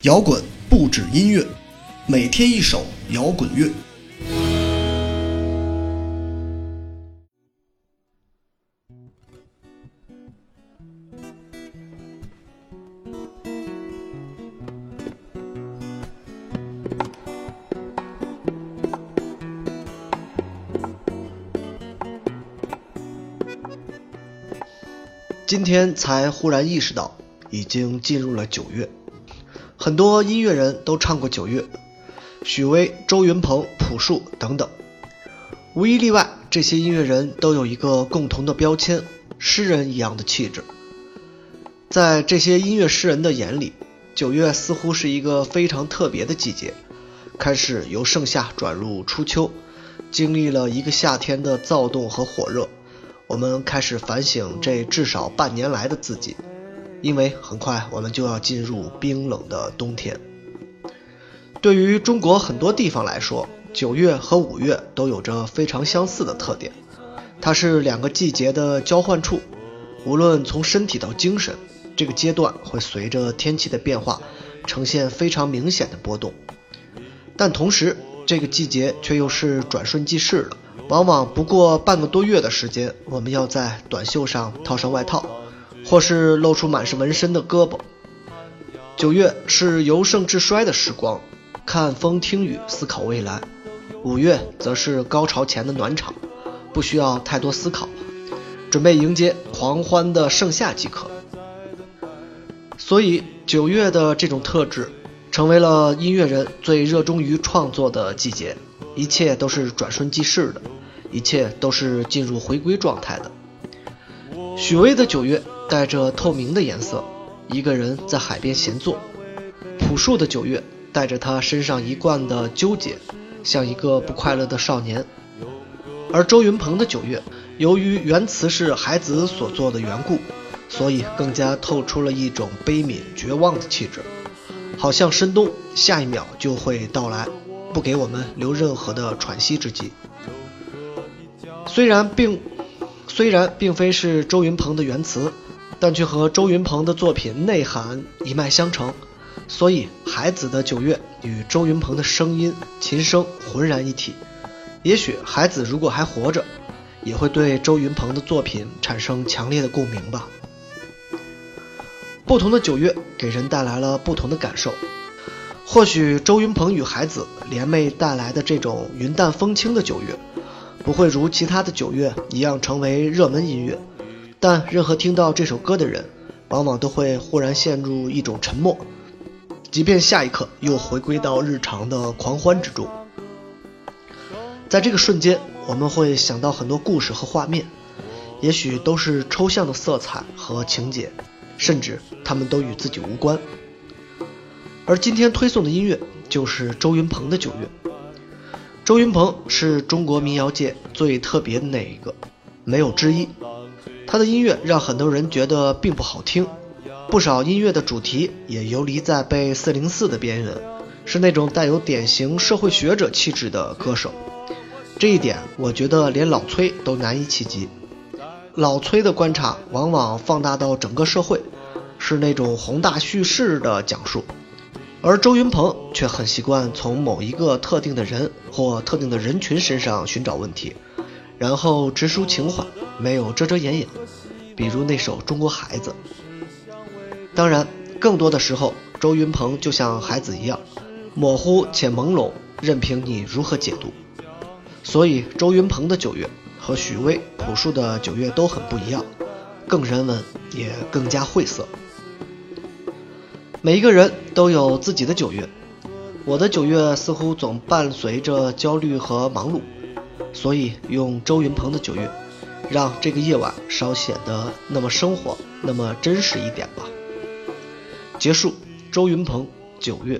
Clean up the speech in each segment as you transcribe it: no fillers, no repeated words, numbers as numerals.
摇滚不止音乐，每天一首摇滚乐。今天才忽然意识到，已经进入了9月。很多音乐人都唱过9月，许巍、周云鹏、朴树等等。无一例外，这些音乐人都有一个共同的标签，诗人一样的气质。在这些音乐诗人的眼里，9月似乎是一个非常特别的季节，开始由盛夏转入初秋，经历了一个夏天的躁动和火热。我们开始反省这至少半年来的自己，因为很快我们就要进入冰冷的冬天。对于中国很多地方来说，9月和5月都有着非常相似的特点，它是两个季节的交换处。无论从身体到精神，这个阶段会随着天气的变化呈现非常明显的波动，但同时这个季节却又是转瞬即逝的。往往不过半个多月的时间，我们要在短袖上套上外套，或是露出满是纹身的胳膊。9月是由盛至衰的时光，看风听雨，思考未来。5月则是高潮前的暖场，不需要太多思考，准备迎接狂欢的盛夏即可。所以9月的这种特质成为了音乐人最热衷于创作的季节，一切都是转瞬即逝的，一切都是进入回归状态的。许巍的9月带着透明的颜色，一个人在海边闲坐。朴树的9月带着他身上一贯的纠结，像一个不快乐的少年。而周云鹏的9月，由于原词是海子所作的缘故，所以更加透出了一种悲悯绝望的气质，好像深冬下一秒就会到来，不给我们留任何的喘息之机。虽然并非是周云鹏的原词，但却和周云鹏的作品内涵一脉相承，所以海子的9月与周云鹏的声音琴声浑然一体。也许海子如果还活着，也会对周云鹏的作品产生强烈的共鸣吧。不同的9月给人带来了不同的感受，或许周云鹏与海子联袂带来的这种云淡风轻的9月不会如其他的9月一样成为热门音乐，但任何听到这首歌的人往往都会忽然陷入一种沉默，即便下一刻又回归到日常的狂欢之中。在这个瞬间，我们会想到很多故事和画面，也许都是抽象的色彩和情节，甚至他们都与自己无关。而今天推送的音乐就是周云鹏的9月。周云鹏是中国民谣界最特别的那一个，没有之一。他的音乐让很多人觉得并不好听，不少音乐的主题也游离在被404的边缘，是那种带有典型社会学者气质的歌手。这一点我觉得连老崔都难以企及。老崔的观察往往放大到整个社会，是那种宏大叙事的讲述，而周云鹏却很习惯从某一个特定的人或特定的人群身上寻找问题，然后直抒情怀，没有遮遮掩掩，比如那首《中国孩子》。当然更多的时候，周云鹏就像孩子一样，模糊且朦胧，任凭你如何解读。所以周云鹏的9月和许巍、朴树的9月都很不一样，更人文，也更加晦涩。每一个人都有自己的9月，我的9月似乎总伴随着焦虑和忙碌，所以用周云鹏的9月，让这个夜晚稍显得那么生活，那么真实一点吧。结束，周云鹏9月。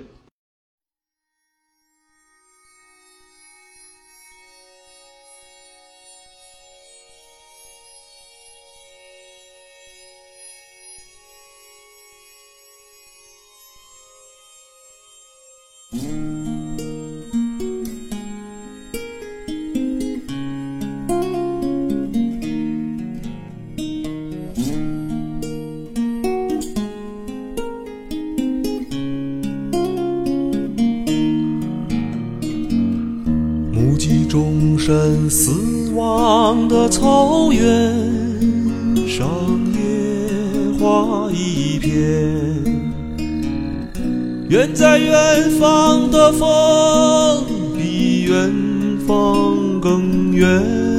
身死亡的草原上，野花一片。远在远方的风，比远方更远。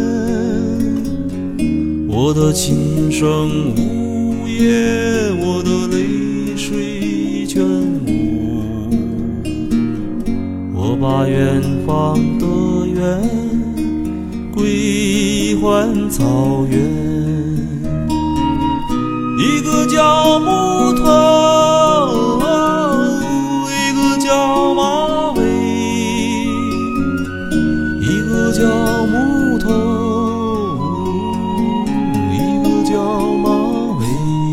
我的琴声呜咽，我的泪水全无。我把远方的远归还草原。一个叫木头，一个叫马尾，一个叫木头，一个叫马尾。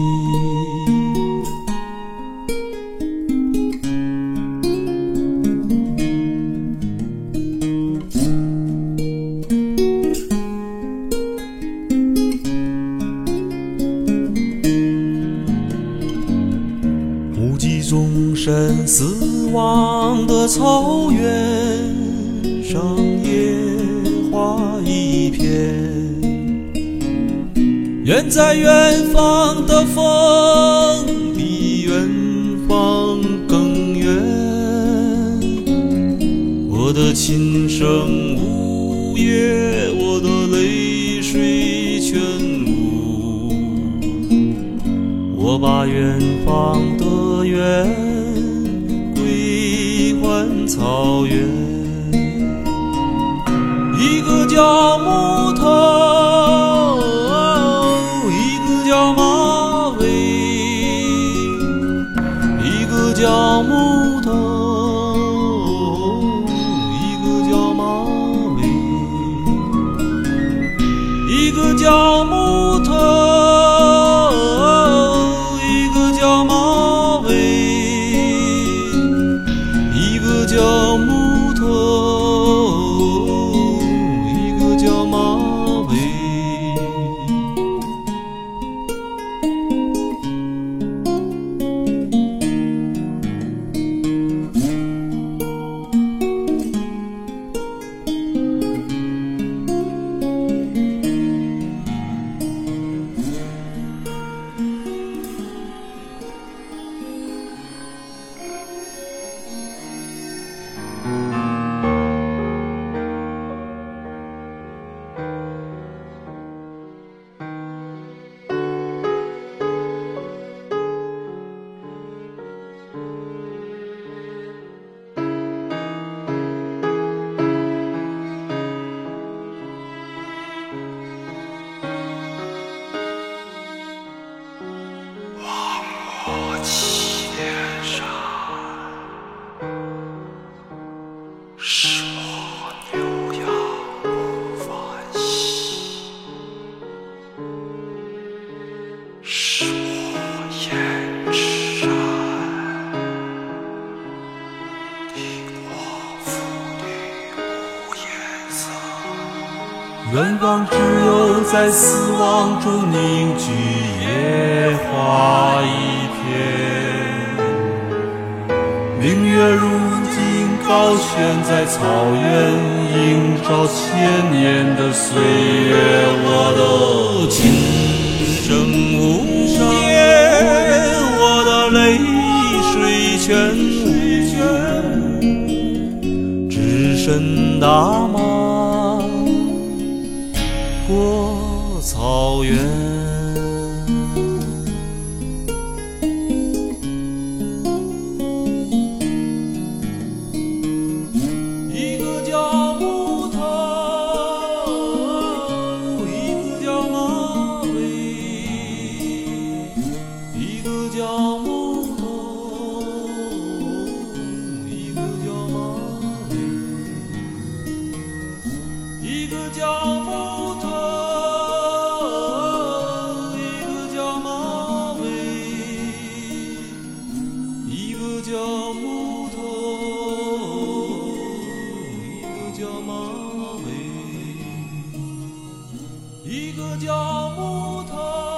目击众生死亡的草原上，野花一片。远在远方的风，比远方更远。我的琴声呜咽，我的泪水全无。我把远方的远归还草原。一个叫木头，一个叫马尾，一个叫木头，一个叫马尾，一个叫木头，一个叫马尾，一个叫木头，一个叫马尾。我起点上是我牛羊不欢喜，是我胭脂山的华妇女无颜色。远方只有在死亡中凝聚野花一片，明月如今高悬在草原，映照千年的岁月。我的琴声无言，我的泪水全无，只身打马过草原。一个叫木头，一个叫马尾，一个叫木头，一个叫马尾，一个叫木头，一个叫马尾，一个叫木头，一个叫马尾，一个叫木头。